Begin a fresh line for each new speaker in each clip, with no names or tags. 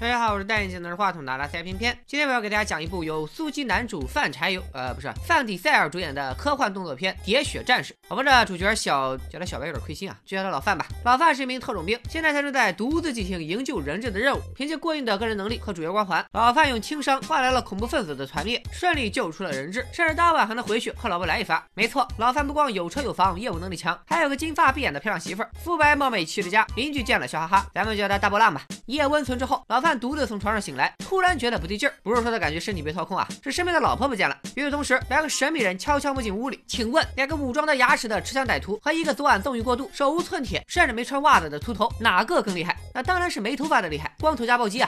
大家好，我是戴眼镜拿着话筒拿塞偏偏。今天我要给大家讲一部由苏基男主范柴油范迪塞尔主演的科幻动作片《喋血战士》。我们这主角叫他小白有点亏心啊，就叫他老范吧。老范是一名特种兵，现在他正在独自进行营救人质的任务。凭借过硬的个人能力和主角光环，老范用轻伤换来了恐怖分子的团灭，顺利救出了人质，甚至当晚还能回去和老婆来一发。没错，老范不光有车有房，业务能力强，还有个金发碧眼的漂亮媳妇儿，肤白貌美气质佳，邻居见了笑哈哈。咱们就叫他大波浪吧。一夜温存之后，老范独自从床上醒来，突然觉得不对劲儿，不是说他感觉身体被掏空啊，是身边的老婆不见了。与此同时，两个神秘人悄悄摸进屋里。请问，两个武装到牙齿的持枪歹徒和一个昨晚纵欲过度、手无寸铁甚至没穿袜子的秃头，哪个更厉害？那当然是没头发的厉害，光头加暴击啊！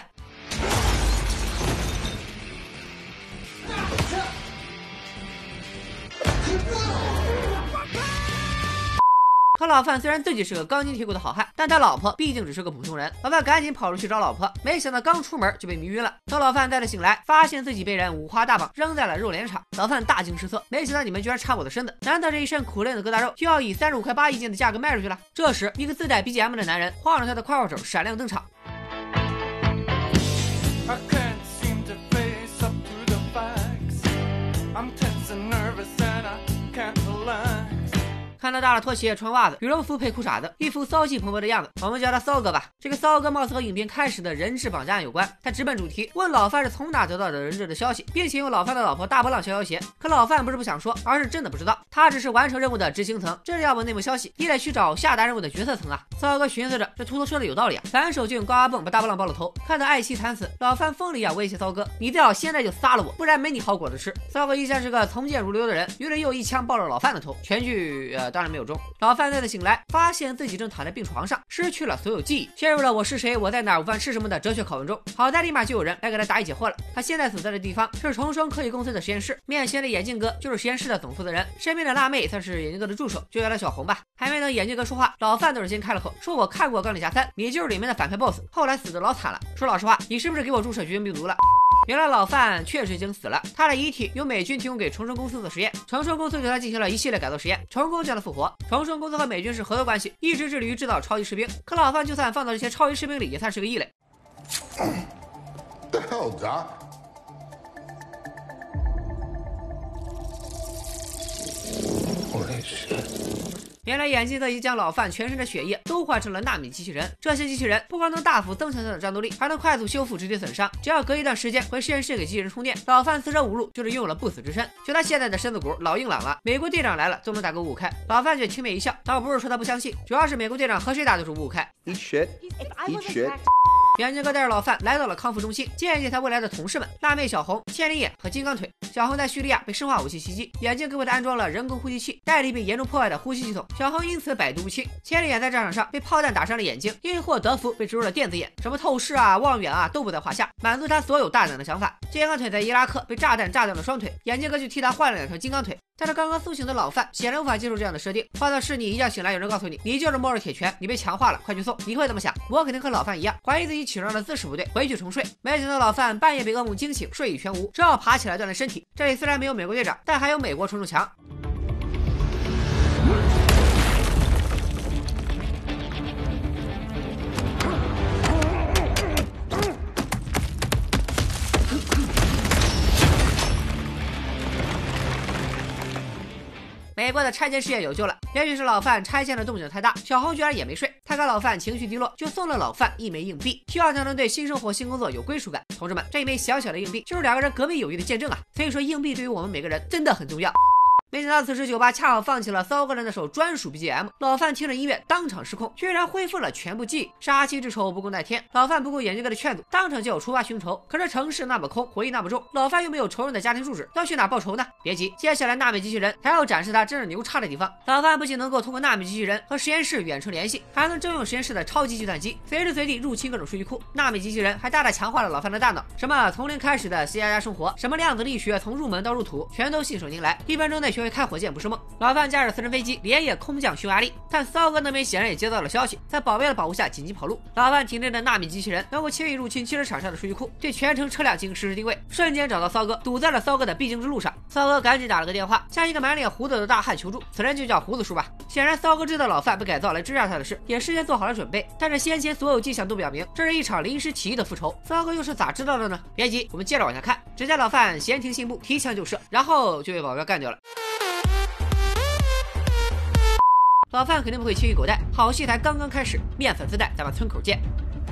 可老范虽然自己是个钢筋铁骨的好汉，但他老婆毕竟只是个普通人。老范赶紧跑出去找老婆，没想到刚出门就被迷晕了。等老范再次醒来，发现自己被人五花大绑扔在了肉联厂。老范大惊失色，没想到你们居然插我的身子，难道这一身苦练的疙瘩肉就要以35块8一斤的价格卖出去了？这时，一个自带 BGM 的男人晃着他的快手闪亮登场。看到大了拖鞋穿袜子，羽绒服配裤衩子，一副骚气蓬勃的样子，我们叫他骚哥吧。这个骚哥貌似和影片开始的人质绑架案有关，他直奔主题，问老范是从哪得到的人质的消息，并且用老范的老婆大波浪消消鞋。可老范不是不想说，而是真的不知道，他只是完成任务的执行层，这要问内幕消息，你得去找下达任务的决策层啊。骚哥寻思着，这秃头说的有道理啊，反手就用高压泵把大波浪爆了头。看到爱妻惨死，老范疯了一样威胁骚哥，你最好现在就杀了我，不然没你好果子吃。骚哥一向是个从谏如流的人，于是又一枪爆了老范的头，全剧当然没有中。老范再次醒来，发现自己正躺在病床上，失去了所有记忆，陷入了我是谁我在哪午饭吃什么的哲学拷问中。好在立马就有人来给他答疑解惑了。他现在所在的地方是重生科技公司的实验室，面前的眼镜哥就是实验室的总负责人，身边的辣妹算是眼镜哥的助手，就叫他小红吧。还没等眼镜哥说话，老范倒是先开了口，说我看过钢铁侠3，你就是里面的反派 boss， 后来死得老惨了。说老实话，你是不是给我注射绝缘病毒了？原来老范确实已经死了，他的遗体由美军提供给重生公司做实验，重生公司对他进行了一系列改造实验，成功将他复活。重生公司和美军是合作关系，一直致力于制造超级士兵。可老范就算放到这些超级士兵里，也算是个异类。
The hell, Doc? Holy shit.
原来眼镜哥已经将老范全身的血液都换成了纳米机器人，这些机器人不光能大幅增强他的战斗力，还能快速修复肢体损伤。只要隔一段时间回实验室给机器人充电，老范四舍五入就是拥有了不死之身。就他现在的身子骨老硬朗了，美国队长来了都能打个5-5开。老范却轻蔑一笑，倒不是说他不相信，主要是美国队长和谁打都是5-5开。
Eat shit. Eat shit.
眼镜哥带着老范来到了康复中心，见一见他未来的同事们：辣妹小红、千里眼和金刚腿。小红在叙利亚被生化武器袭击，眼镜哥为他安装了人工呼吸器，代替被严重破坏的呼吸系统。小红因此百毒不侵。千里眼在战场上被炮弹打伤了眼睛，因祸得福被植入了电子眼，什么透视啊、望远啊都不在话下，满足他所有大胆的想法。金刚腿在伊拉克被炸弹炸断了双腿，眼镜哥就替他换了2条金刚腿。但是刚刚苏醒的老范显然无法接受这样的设定。换到是你一觉醒来，有人告诉你你就是末日铁拳，你被强化了，快去送，你会怎么想？我肯定和老范一样，怀疑自己起床的姿势不对，回去重睡。没想到老范半夜被噩梦惊醒，睡意全无，只好爬起来锻炼身体。这里虽然没有美国队长，但还有美国重重墙。美国的拆迁事业有救了，也许是老范拆迁的动静太大，小红居然也没睡。他看老范情绪低落，就送了老范1枚硬币，希望他能对新生活新工作有归属感。同志们，这1枚小小的硬币就是2个人革命友谊的见证啊！所以说硬币对于我们每个人真的很重要。没想到此时酒吧恰好放起了骚哥的那首专属 BGM， 老范听着音乐当场失控，居然恢复了全部记忆。杀妻之仇不共戴天，老范不顾眼镜哥的劝阻，当场就要出发寻仇。可是城市那么空，回忆那么重，老范又没有仇人的家庭住址，要去哪报仇呢？别急，接下来纳米机器人还要展示他真正牛叉的地方。老范不仅能够通过纳米机器人和实验室远程联系，还能征用实验室的超级计算机，随时随地入侵各种数据库。纳米机器人还大大强化了老范的大脑，什么从零开始的 C++ 生活，什么量子力学从入门到入土，全都信手拈来，1分钟内学会开火箭不是梦。老范驾驶私人飞机连夜空降匈牙利，但骚哥那边显然也接到了消息，在保镖的保护下紧急跑路。老范体内的纳米机器人能够轻易入侵汽车厂商的数据库，对全程车辆进行实时定位，瞬间找到骚哥，堵在了骚哥的必经之路上。 骚哥赶紧打了个电话，向一个满脸胡子的大汉求助，此人就叫胡子叔吧。显然骚哥知道老范被改造来追杀他的事，也事先做好了准备。但是先前所有迹象都表明，这是一场临时起义的复仇。骚哥又是咋知道的呢？别急，我们接着往下看。只见老范闲庭信步，提枪就射，然后就被保镖干掉了。老范肯定不会轻易狗带，好戏才刚刚开始，面粉丝带，咱们村口见。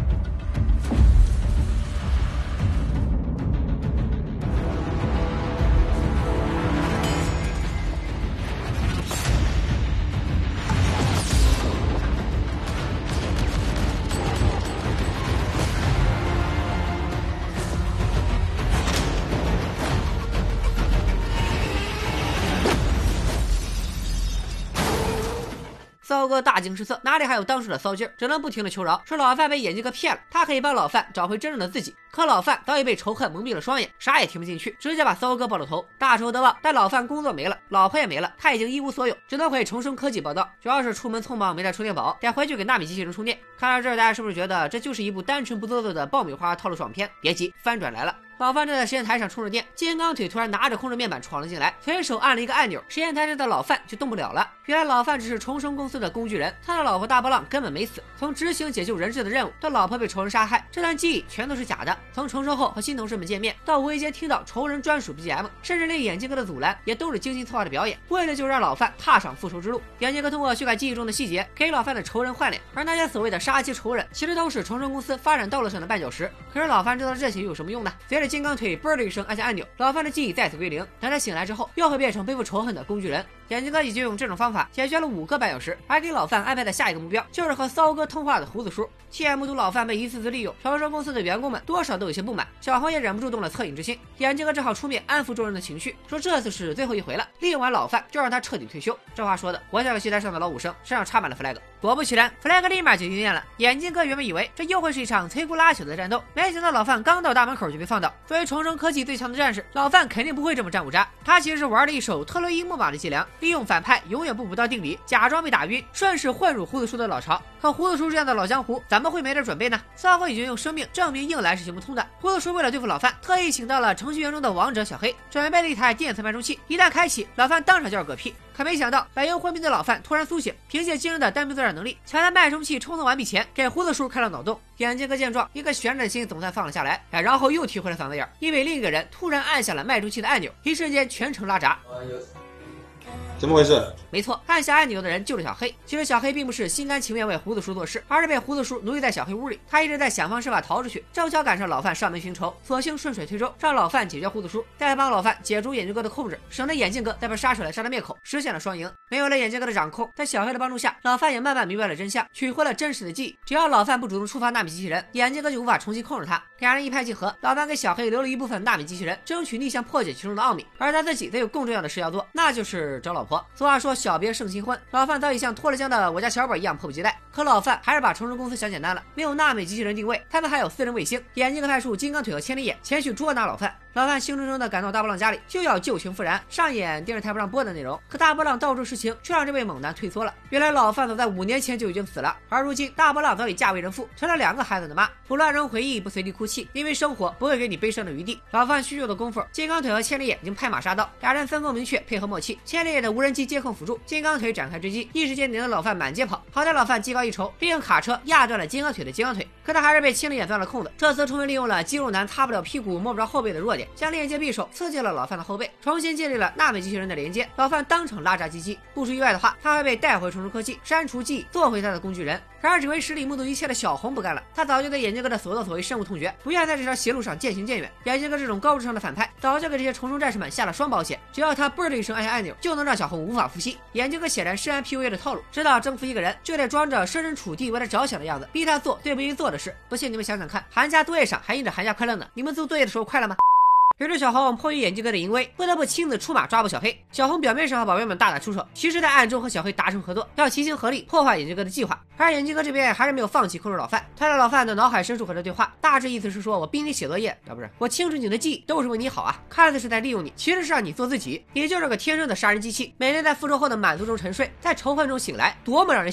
骚哥大惊失色，哪里还有当初的骚劲儿，只能不停的求饶，说老范被眼镜哥骗了，他可以帮老范找回真正的自己。可老范早已被仇恨蒙蔽了双眼，啥也听不进去，直接把骚哥爆了头。大仇得报，但老范工作没了，老婆也没了，他已经一无所有，只能回重生科技报道。主要是出门匆忙没带充电宝，得回去给纳米机器人充电。看到这儿，大家是不是觉得这就是一部单纯不做作的爆米花套路爽片？别急，翻转来了。老范正在实验台上充着电，金刚腿突然拿着控制面板闯了进来，随手按了一个按钮，实验台上的老范就动不了了。原来老范只是重生公司的工具人，他的老婆大波浪根本没死，从执行解救人质的任务到老婆被仇人杀害，这段记忆全都是假的。从重生后和新同事们见面，到无意间听到仇人专属 BGM， 甚至连眼镜哥的阻拦也都是精心策划的表演，为的就是让老范踏上复仇之路。眼镜哥通过修改记忆中的细节，给老范的仇人换脸，而那些所谓的杀妻仇人，其实都是重生公司发展道路上的绊脚石。可是老范知道这些有什么用呢？随着金刚腿啵的一声按下按钮，老范的记忆再次归零。等他醒来之后，又会变成背负仇恨的工具人。眼镜哥已经用这种方法解决了5个绊脚石，而给老范安排的下一个目标就是和骚哥通话的胡子叔。亲眼目睹老范被一次次利用，重生公司的员工们多少都有些不满，小红也忍不住动了恻隐之心。眼镜哥只好出面安抚众人的情绪，说这次是最后一回了，利用完老范就让他彻底退休。这话说的，活像个戏台上的老武生，身上插满了 flag。果不其然 ，flag 立马就应验了。眼镜哥原本以为这又会是一场摧枯拉朽的战斗，没想到老范刚到大门口就被放倒。作为重生科技最强的战士，老范肯定不会这么战五渣，他其实是玩了一手特洛伊木马的伎俩，利用反派永远不补到定理，假装被打晕，顺势混入胡子叔的老巢。可胡子叔这样的老江湖，怎么会没点准备呢？骚哥已经用生命证明硬来是行不通的。胡子叔为了对付老范，特意请到了程序员中的王者小黑，准备了一台电磁脉冲器，一旦开启，老范当场就要嗝屁。可没想到百忧昏迷的老范突然苏醒，凭借惊人的单兵作战能力，抢在脉冲器冲送完毕前，给胡子叔开了脑洞。眼镜哥见状，一个悬着的心总算放了下来，然后又提回了嗓子眼，因为另一个人突然按下了脉冲器的按钮，一瞬间全程拉闸。
怎么回事？
没错，按下按钮的人就是小黑。其实小黑并不是心甘情愿为胡子叔做事，而是被胡子叔奴役在小黑屋里。他一直在想方设法逃出去，正巧赶上老范上门寻仇，索性顺水推舟，让老范解决胡子叔，再帮老范解除眼镜哥的控制，省得眼镜哥再被杀出来杀他灭口，实现了双赢。没有了眼镜哥的掌控，在小黑的帮助下，老范也慢慢明白了真相，取回了真实的记忆。只要老范不主动触发纳米机器人，眼镜哥就无法重新控制他。两人一拍即合，老范给小黑留了一部分纳米机器人，争取逆向破解其中的奥秘，而他自己则有更重要的事要做，那就是找老婆。俗话说小别胜新婚，老范早已像脱了缰的我家小宝一样迫不及待。可老范还是把重生公司想简单了，没有纳米机器人定位，他们还有私人卫星。眼镜哥派出金刚腿和千里眼前去捉拿老范。老范兴冲冲地赶到大波浪家里，就要旧情复燃，上演电视台不让播的内容。可大波浪道出实情，却让这位猛男退缩了。原来老范早在5年前就已经死了，而如今大波浪早已嫁为人妇，成了2个孩子的妈。不乱扔回忆，不随地哭泣，因为生活不会给你悲伤的余地。老范叙旧的功夫，金刚腿和千里眼已经拍马杀到，俩人分工明确，配合默契。千里眼的无人机监控辅助，金刚腿展开追击，一时间领着老范满街跑。好在老范技高一筹，利用卡车压断了金刚腿的金刚腿，可他还是被千里眼钻了空子。这次充分利用了肌肉男擦不了屁股摸不着后背的弱点，将链接匕首刺进了老范的后背，重新建立了纳米机器人的连接。老范当场拉闸击击，不出意外的话，他会被带回重生科技，删除记忆，做回他的工具人。然而只为实力目睹一切的小红不干了，他早就对眼镜哥的所作所为深恶痛绝，不愿在这条邪路上渐行渐远。眼镜哥这种高智商的反派，早就给这些重生战士们下了双保险，只要他啵的一声按下按钮，就能让小红无法复吸。眼镜哥显然深谙 PUA 的套路，知道征服一个人就得装着设身处地为他着想的样子，逼他做最不应做的事。不信你们想想看，寒假作业上还印着寒假快乐呢，你们做作业的时候快乐吗？于是小红迫于眼镜哥的淫威，不得不亲自出马抓捕小黑。小红表面上和保镖们大打出手，其实在暗中和小黑达成合作，要齐心合力破坏眼镜哥的计划。而眼镜哥这边还是没有放弃控制老范，他在老范的脑海深处和他对话，大致意思是说，我逼你写作业，不是我清除你的记忆，都是为你好啊，看似是在利用你，其实是让你做自己，你就是个天生的杀人机器，每天在复仇后的满足中沉睡，在仇恨中醒来，多么让人羡慕啊！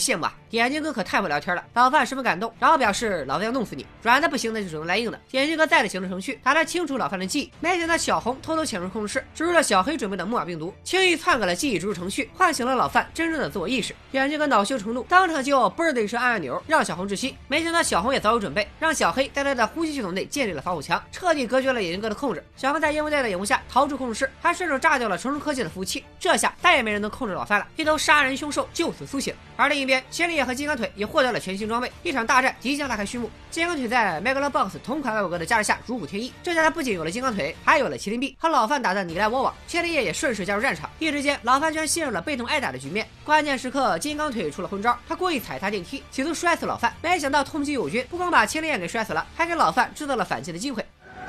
眼镜哥可太不聊天了，老范十分感动，然后表示老子要弄死你，软的不行那就只能来硬的。眼镜哥再次行动程序，打算清除老范的记忆，没想到小红偷偷潜入控制室，植入了小黑准备的木马病毒，轻易篡改了记忆植入程序，唤醒了老范真正的自我意识。眼镜哥恼羞成怒，当场就嘣的一声按按钮，让小红窒息。没想到小红也早有准备，让小黑在他的呼吸系统内建立了防火墙，彻底隔绝了眼镜哥的控制。小红在烟雾弹的掩护下逃出控制室，还顺手炸掉了成熟科技的服务器。这下再也没人能控制老范了，一头杀人凶手就此苏醒。而另一边，千里眼和金刚腿也获得了全新装备，一场大战即将拉开序幕。金刚腿在 Megalobox 同款外国哥的加持下如虎添翼，这下他不仅有了金刚腿，还有了麒麟臂，和老范打得你来我往。千里眼也顺势加入战场，一时间老范居然陷入了被动挨打的局面。关键时刻，金刚腿出了昏招，他故意踩踏电梯，企图摔死老范，没想到痛击友军，不光把千里眼给摔死了，还给老范制造了反击的机会。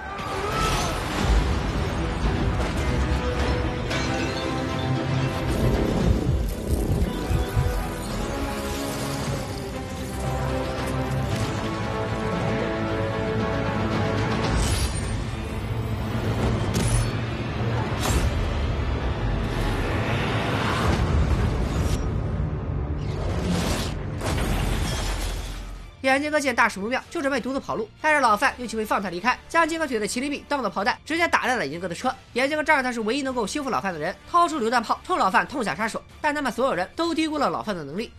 眼镜哥见大事不妙，就准备独自跑路，但是老范又岂会放他离开，将金刚腿的麒麟臂当做炮弹，直接打烂了眼镜哥的车。眼镜哥仗着他是唯一能够修复老范的人，掏出榴弹炮冲老范痛下杀手，但他们所有人都低估了老范的能力。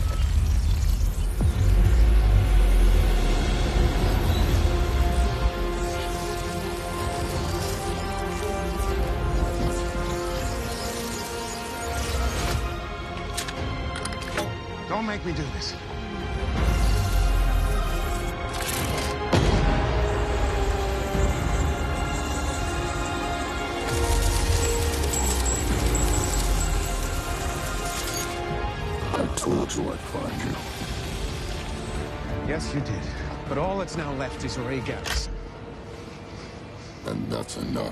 Don't make me do this.
I told you I'd find you.
Yes, you did. But all that's now left is your egos.
And that's enough.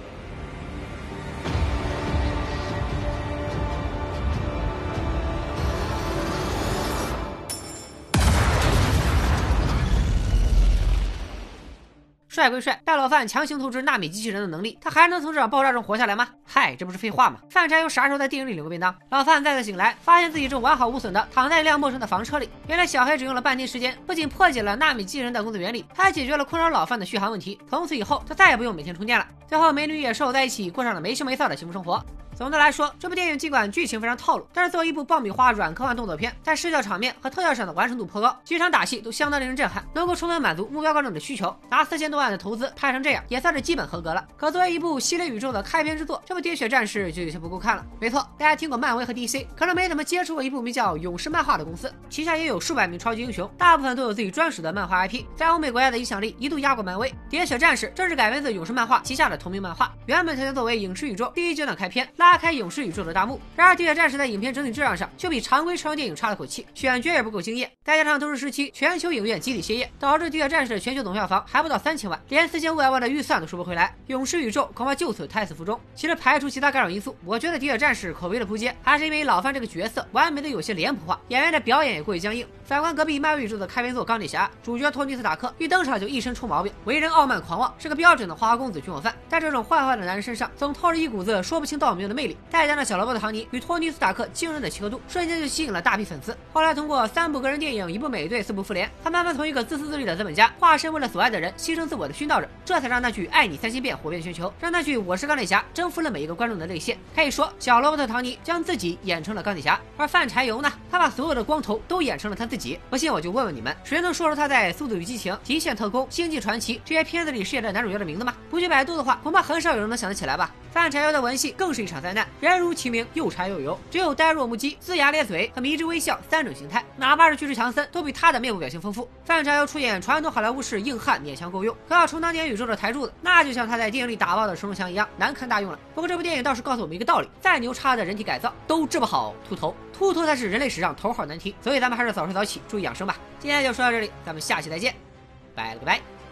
帅归帅，大老范强行透支纳米机器人的能力，他还能从这场爆炸中活下来吗？嗨，这不是废话吗？范柴油啥时候在电影里领过便当？老范再次醒来，发现自己正完好无损的躺在一辆陌生的房车里。原来小黑只用了半天时间，不仅破解了纳米机器人的工作原理，还解决了困扰老范的续航问题。从此以后，他再也不用每天充电了。最后，美女与野兽在一起过上了没羞没臊的幸福生活。总的来说，这部电影尽管剧情非常套路，但是作为一部爆米花软科幻动作片，在视效场面和特效上的完成度颇高，几场打戏都相当令人震撼，能够充分满足目标观众的需求。拿4000多万的投资拍成这样，也算是基本合格了。可作为一部系列宇宙的开篇之作，这部《喋血战士》就有些不够看了。没错，大家听过漫威和 DC， 可能没怎么接触过一部名叫勇士漫画的公司，旗下也有数百名超级英雄，大部分都有自己专属的漫画 IP， 在欧美国家的影响力一度压过漫威。《喋血战士》正是改编自勇士漫画旗下的同名漫画，原本才将作为影视宇宙第一阶段开篇，拉开影视宇宙的大幕。然而《喋血战士》在影片整体质量上就比常规超人电影差了口气，选角也不够惊艳，再加上同时时期全球影院集体歇业，导致《喋血战士》的全球总票房还不到3000万，连4500万的预算都收不回来，勇士宇宙恐怕就此胎死腹中。其实排除其他干扰因素，我觉得《喋血战士》口碑的扑街，还是因为老范这个角色完美的有些脸谱化，演员的表演也过于僵硬。反观隔壁漫威宇宙的开篇作《钢铁侠》，主角托尼斯塔克一登场就一身臭毛病，为人傲慢狂妄，是个标准的花花公子军火贩。在这种坏坏的男人身上，总透着一股子说不清道不明的魅力。再加上小萝卜的唐尼与托尼斯塔克惊人的契合度，瞬间就吸引了大批粉丝。后来通过3部个人电影、1部美队、4部复联，他慢慢从一个自私自利的资本家，化身为了所爱的人牺牲自我的殉道者，这才让那句爱你3000遍火遍全球，让那句我是钢铁侠征服了每一个观众的泪腺。可以说，小萝卜特唐尼将自己演成了钢铁侠，而范柴油呢，他把所有的光头都演成了他自己。不信我就问问你们，谁能说出他在《速度与激情》、《极限特工》、《星际传奇》这些片子里饰演的男主角的名字吗？不去百度的话，恐怕很少有人能想得起来吧。范柴油的文戏更是一场灾难，人如其名，又柴又油，只有呆若木鸡、龇牙咧嘴和迷之微笑3种形态，哪怕是巨石强森都比他的面部表情丰富。范柴油出演传统好莱坞式硬汉勉强够用，可要充当电影宇宙的台柱子，那就像他在电影里打爆的神龙墙一样难堪大用了。不过这部电影倒是告诉我们一个道理，再牛叉的人体改造都治不好秃头，秃头才是人类史上头号难题，所以咱们还是早睡早起，注意养生吧。今天就说到这里，咱们下期再见，拜了个拜。